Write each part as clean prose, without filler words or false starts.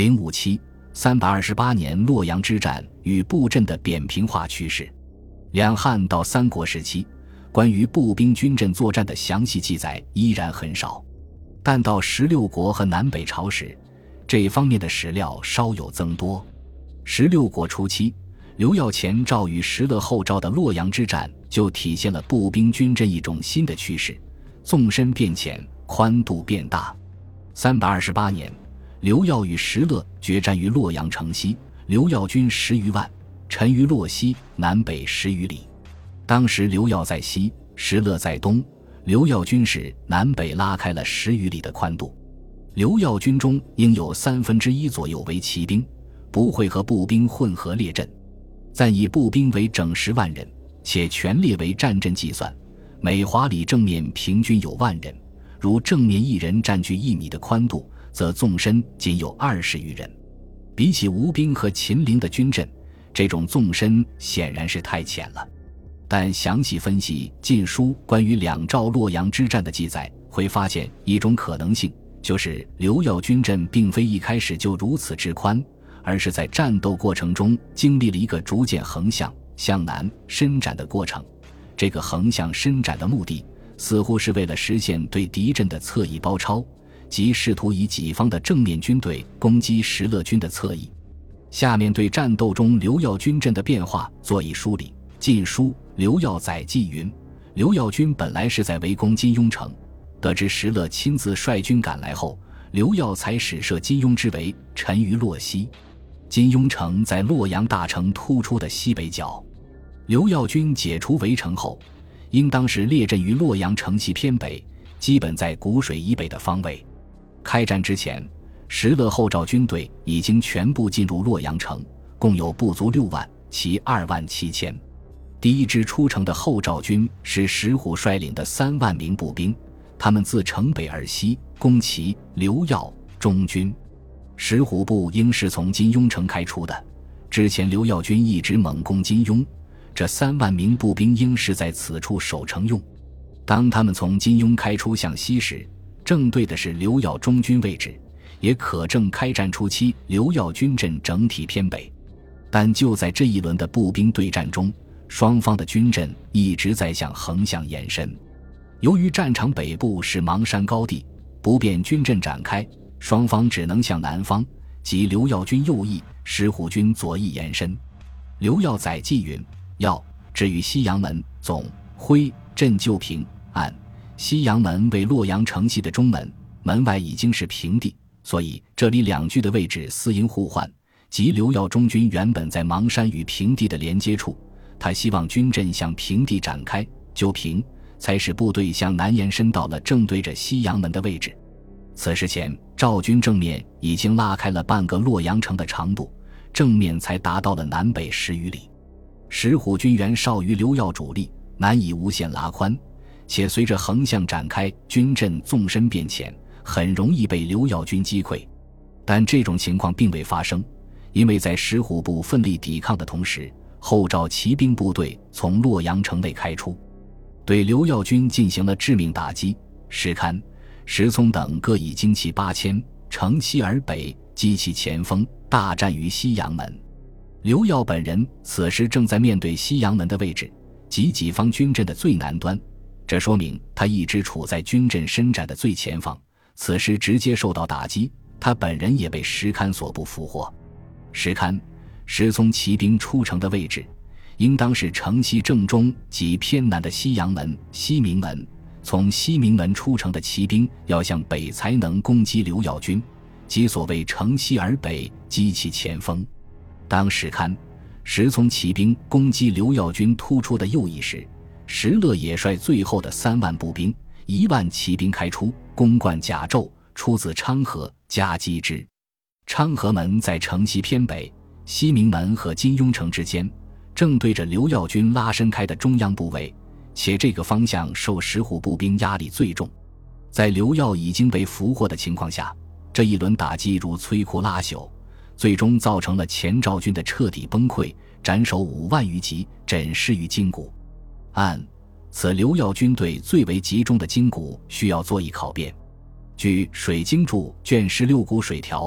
057-328年洛阳之战与布阵的扁平化趋势。两汉到三国时期，关于步兵军阵作战的详细记载依然很少，但到16国和南北朝时，这方面的史料稍有增多。16国初期，刘耀前赵与石勒后赵的洛阳之战就体现了步兵军阵一种新的趋势，纵深变浅，宽度变大。328年，刘耀与石勒决战于洛阳城西，刘耀军10余万，陈于洛西，南北10余里。当时刘耀在西，石勒在东，刘耀军是南北拉开了10余里的宽度。刘耀军中应有1/3左右为骑兵，不会和步兵混合列阵，暂以步兵为整10万人，且全列为战阵计算，每华里正面平均有万人，如正面一人占据1米的宽度，则纵深仅有20余人。比起吴兵和秦陵的军阵，这种纵深显然是太浅了。但详细分析《晋书》关于两赵洛阳之战的记载，会发现一种可能性，就是刘耀军阵并非一开始就如此之宽，而是在战斗过程中经历了一个逐渐横向向南伸展的过程。这个横向伸展的目的似乎是为了实现对敌阵的侧翼包抄，即试图以己方的正面军队攻击石勒军的侧翼。下面对战斗中刘耀军阵的变化做以梳理。晋书刘耀载记云，刘耀军本来是在围攻金庸城，得知石勒亲自率军赶来后，刘耀才使设金庸之围，陈于洛西。金庸城在洛阳大城突出的西北角，刘耀军解除围城后，应当是列阵于洛阳城西偏北，基本在谷水以北的方位。开战之前，石勒后赵军队已经全部进入洛阳城，共有不足6万，其2万7千。第一支出城的后赵军是石虎率领的3万名步兵，他们自城北而西攻齐、刘耀、中军。石虎部应是从金庸城开出的，之前刘耀军一直猛攻金庸，这3万名步兵应是在此处守城用。当他们从金庸开出向西时，正对的是刘耀中军位置，也可证开战初期刘耀军阵整体偏北。但就在这一轮的步兵对战中，双方的军阵一直在向横向延伸。由于战场北部是邙山高地，不便军阵展开，双方只能向南方，即刘耀军右翼，石虎军左翼延伸。刘耀载记云，耀至于西阳门，总辉镇旧平按西阳门为洛阳城西的中门，门外已经是平地，所以这里两据的位置私营互换，即刘耀中军原本在邙山与平地的连接处，他希望军阵向平地展开，就平才使部队向南延伸到了正对着西阳门的位置。此时前，赵军正面已经拉开了半个洛阳城的长度，正面才达到了南北10余里。石虎军援少于刘耀主力，难以无限拉宽，且随着横向展开，军阵纵深变浅，很容易被刘耀军击溃。但这种情况并未发生，因为在石虎部奋力抵抗的同时，后赵骑兵部队从洛阳城内开出，对刘耀军进行了致命打击。石堪、石聪等各以精骑8000，乘西而北，击其前锋，大战于西阳门。刘耀本人此时正在面对西阳门的位置，即己方军阵的最南端，这说明他一直处在军阵伸展的最前方，此时直接受到打击，他本人也被石堪所部俘获。石堪、石聪骑兵出城的位置应当是城西正中及偏南的西阳门、西明门，从西明门出城的骑兵要向北才能攻击刘耀军，即所谓乘西而北，击其前锋。当石堪、石聪骑兵攻击刘耀军突出的右翼时，石勒也率最后的3万步兵、1万骑兵开出，攻冠甲胄，出自昌河，夹击之。昌河门在城西偏北，西明门和金庸城之间，正对着刘耀军拉伸开的中央部位，且这个方向受石虎步兵压力最重。在刘耀已经被俘获的情况下，这一轮打击如摧枯拉朽，最终造成了前赵军的彻底崩溃，斩首5万余级，枕尸于金谷。按此刘耀军队最为集中的筋骨需要做一考辨。据《水经注》卷16谷水条，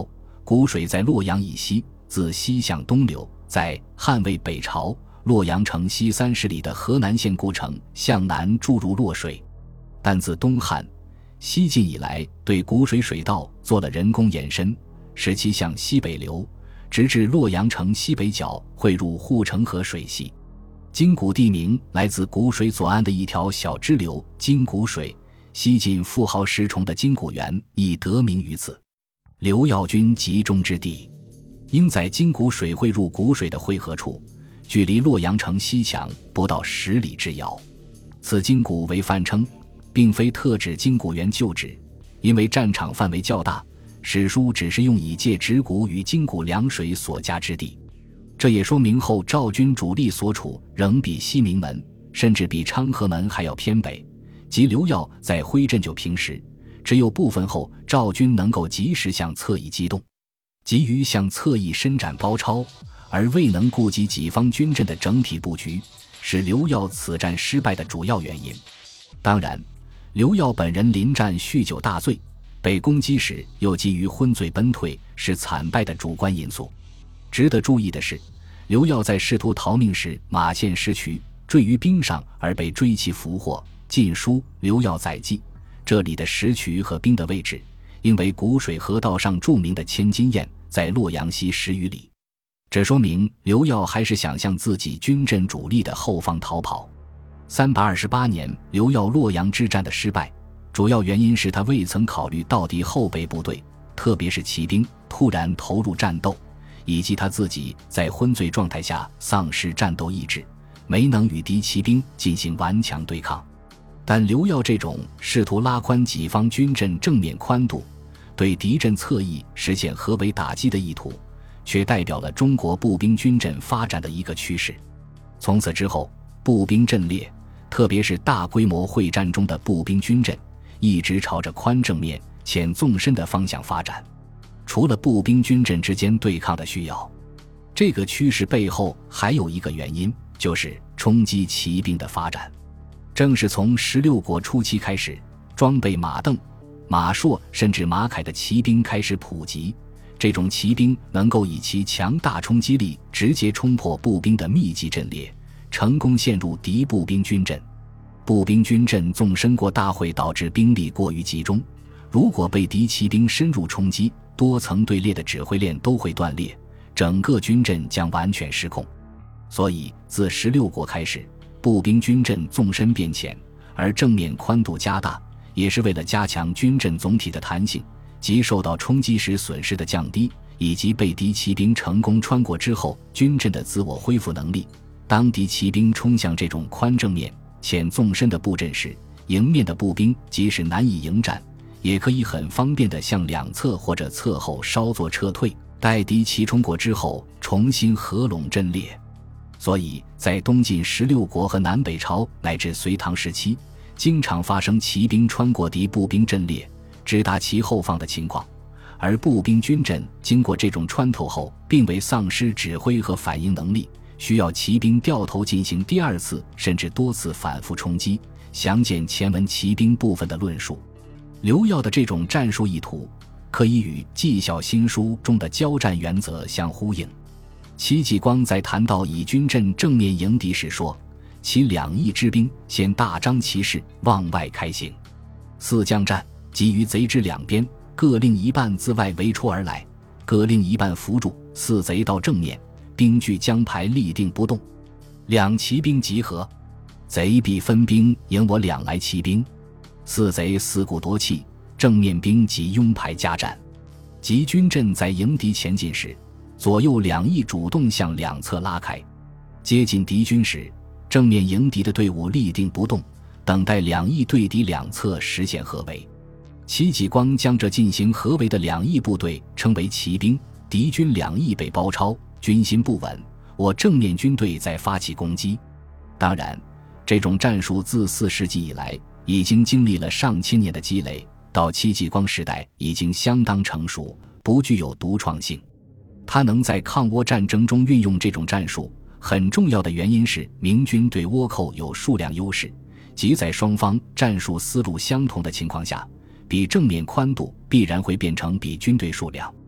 谷水在洛阳以西，自西向东流，在汉魏北朝洛阳城西30里的河南县故城向南注入洛水。但自东汉、西晋以来，对谷水水道做了人工延伸，使其向西北流，直至洛阳城西北角汇入护城河水系。金谷地名来自谷水左岸的一条小支流金谷水，西晋富豪石崇的金谷园亦得名于此。刘耀军集中之地，应在金谷水汇入谷水的汇合处，距离洛阳城西墙不到10里之遥。此金谷为泛称，并非特指金谷园旧址，因为战场范围较大，史书只是用以借直谷与金谷两水所夹之地。这也说明后赵军主力所处仍比西明门，甚至比昌河门还要偏北，即刘耀在挥阵就平时，只有部分后赵军能够及时向侧翼机动，急于向侧翼伸展包抄，而未能顾及己方军阵的整体布局，是刘耀此战失败的主要原因。当然，刘耀本人临战酗酒大醉，被攻击时又急于昏醉奔退，是惨败的主观因素。值得注意的是，刘耀在试图逃命时马陷石渠，坠于冰上而被追其俘获。晋书刘耀载记，这里的石渠和冰的位置，应为谷水河道上著名的千金堰，在洛阳西10余里。这说明刘耀还是想向自己军阵主力的后方逃跑。328年刘耀洛阳之战的失败，主要原因是他未曾考虑到敌后备部队，特别是骑兵突然投入战斗，以及他自己在昏醉状态下丧失战斗意志，没能与敌骑兵进行顽强对抗。但刘耀这种试图拉宽己方军阵正面宽度，对敌阵侧翼实现合围打击的意图，却代表了中国步兵军阵发展的一个趋势。从此之后，步兵阵列，特别是大规模会战中的步兵军阵，一直朝着宽正面、浅纵深的方向发展。除了步兵军阵之间对抗的需要，这个趋势背后还有一个原因，就是冲击骑兵的发展。正是从16国初期开始，装备马镫、马槊甚至马铠的骑兵开始普及，这种骑兵能够以其强大冲击力直接冲破步兵的密集阵列，成功陷入敌步兵军阵。步兵军阵纵深过大会导致兵力过于集中，如果被敌骑兵深入冲击，多层队列的指挥链都会断裂，整个军阵将完全失控。所以自16国开始，步兵军阵纵深变浅，而正面宽度加大，也是为了加强军阵总体的弹性，即受到冲击时损失的降低，以及被敌骑兵成功穿过之后军阵的自我恢复能力。当敌骑兵冲向这种宽正面、浅纵深的布阵时，迎面的步兵即使难以迎战，也可以很方便地向两侧或者侧后稍作撤退，待敌骑冲过之后重新合拢阵列。所以在东晋16国和南北朝乃至隋唐时期，经常发生骑兵穿过敌步兵阵列直达其后方的情况，而步兵军阵经过这种穿透后并未丧失指挥和反应能力，需要骑兵掉头进行第二次甚至多次反复冲击。详见前文骑兵部分的论述。刘耀的这种战术意图可以与《纪晓新书》中的交战原则相呼应。戚继光在谈到以军阵正面迎敌时说，其2翼之兵先大张其势往外开行，四将战，即于贼之两边，各令一半自外围出而来，各令一半扶住，四贼到正面，兵据将排立定不动，两骑兵集合，贼必分兵迎我两来骑兵，四贼四顾夺气，正面兵即拥排夹战。即军阵在迎敌前进时，左右2翼主动向两侧拉开，接近敌军时，正面迎敌的队伍立定不动，等待2翼对敌两侧实现合围。戚继光将这进行合围的2翼部队称为骑兵。敌军2翼被包抄，军心不稳，我正面军队在发起攻击。当然，这种战术自4世纪以来已经经历了上千年的积累，到戚继光时代已经相当成熟，不具有独创性。他能在抗倭战争中运用这种战术，很重要的原因是明军对倭寇有数量优势，即在双方战术思路相同的情况下，比正面宽度必然会变成比军队数量。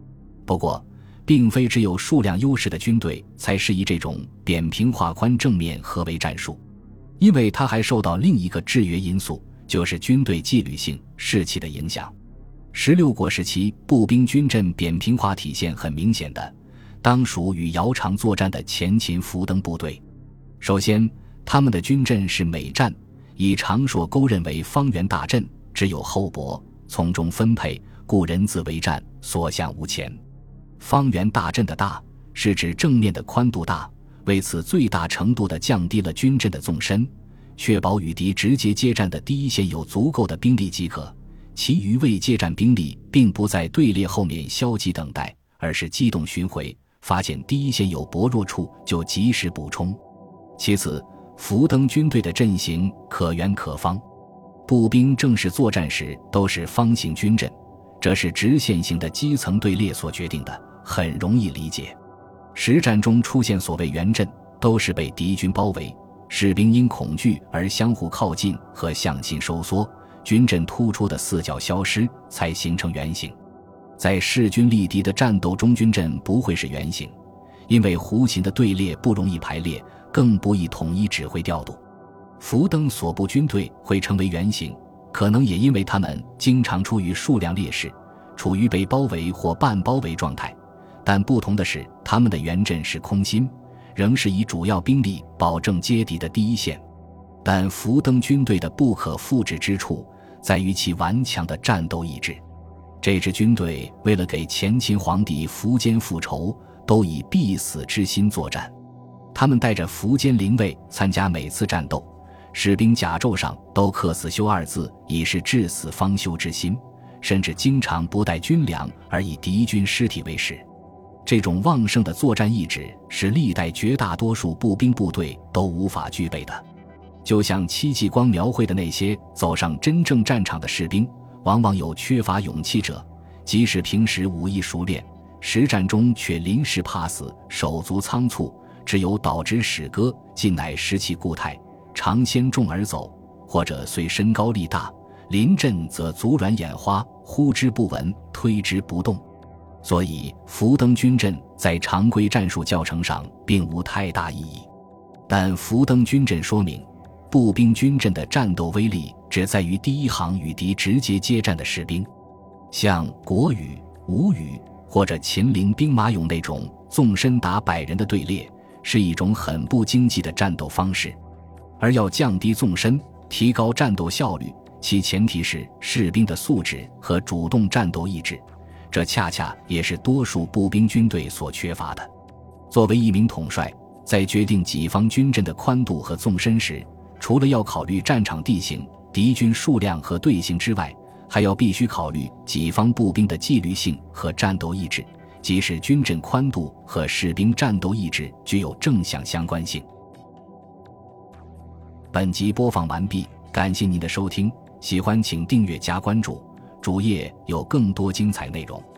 不过，并非只有数量优势的军队才适宜这种扁平化宽正面合围战术，因为它还受到另一个制约因素，就是军队纪律性、士气的影响。16国时期步兵军阵扁平化体现很明显的，当属与姚常作战的前秦伏登部队。首先，他们的军阵是每战以长硕沟认为方圆大阵，只有厚薄，从中分配，故人字为战，所向无前。方圆大阵的大，是指正面的宽度大，为此最大程度地降低了军阵的纵深，确保与敌直接接战的第一线有足够的兵力即可，其余未接战兵力并不在队列后面消极等待，而是机动巡回，发现第一线有薄弱处就及时补充。其次，伏登军队的阵型可圆可方，步兵正式作战时都是方形军阵，这是直线型的基层队列所决定的，很容易理解。实战中出现所谓圆阵，都是被敌军包围，士兵因恐惧而相互靠近和向心收缩，军阵突出的四角消失，才形成圆形。在势均力敌的战斗中，军阵不会是圆形，因为弧形的队列不容易排列，更不易统一指挥调度。伏登所部军队会成为圆形，可能也因为他们经常处于数量劣势，处于被包围或半包围状态，但不同的是，他们的圆阵是空心，仍是以主要兵力保证接敌的第一线。但伏登军队的不可复制之处在于其顽强的战斗意志。这支军队为了给前秦皇帝苻坚复仇，都以必死之心作战。他们带着苻坚灵位参加每次战斗，士兵甲胄上都刻死休二字，以示至死方休之心，甚至经常不带军粮而以敌军尸体为食。这种旺盛的作战意志是历代绝大多数步兵部队都无法具备的。就像戚继光描绘的那些走上真正战场的士兵，往往有缺乏勇气者，即使平时武艺熟练，实战中却临时怕死，手足仓促，只有导之使戈，尽乃失其固态，常先重而走，或者虽身高力大，临阵则足软眼花，呼之不闻，推之不动。所以伏登军阵在常规战术教程上并无太大意义，但伏登军阵说明步兵军阵的战斗威力只在于第一行与敌直接接战的士兵。像国语、吴语或者秦陵兵马俑那种纵深达100人的队列，是一种很不经济的战斗方式。而要降低纵深，提高战斗效率，其前提是士兵的素质和主动战斗意志，这恰恰也是多数步兵军队所缺乏的。作为一名统帅，在决定己方军阵的宽度和纵深时，除了要考虑战场地形、敌军数量和队形之外，还要必须考虑己方步兵的纪律性和战斗意志，即使军阵宽度和士兵战斗意志具有正向相关性。本集播放完毕，感谢您的收听，喜欢请订阅加关注，主页有更多精彩内容。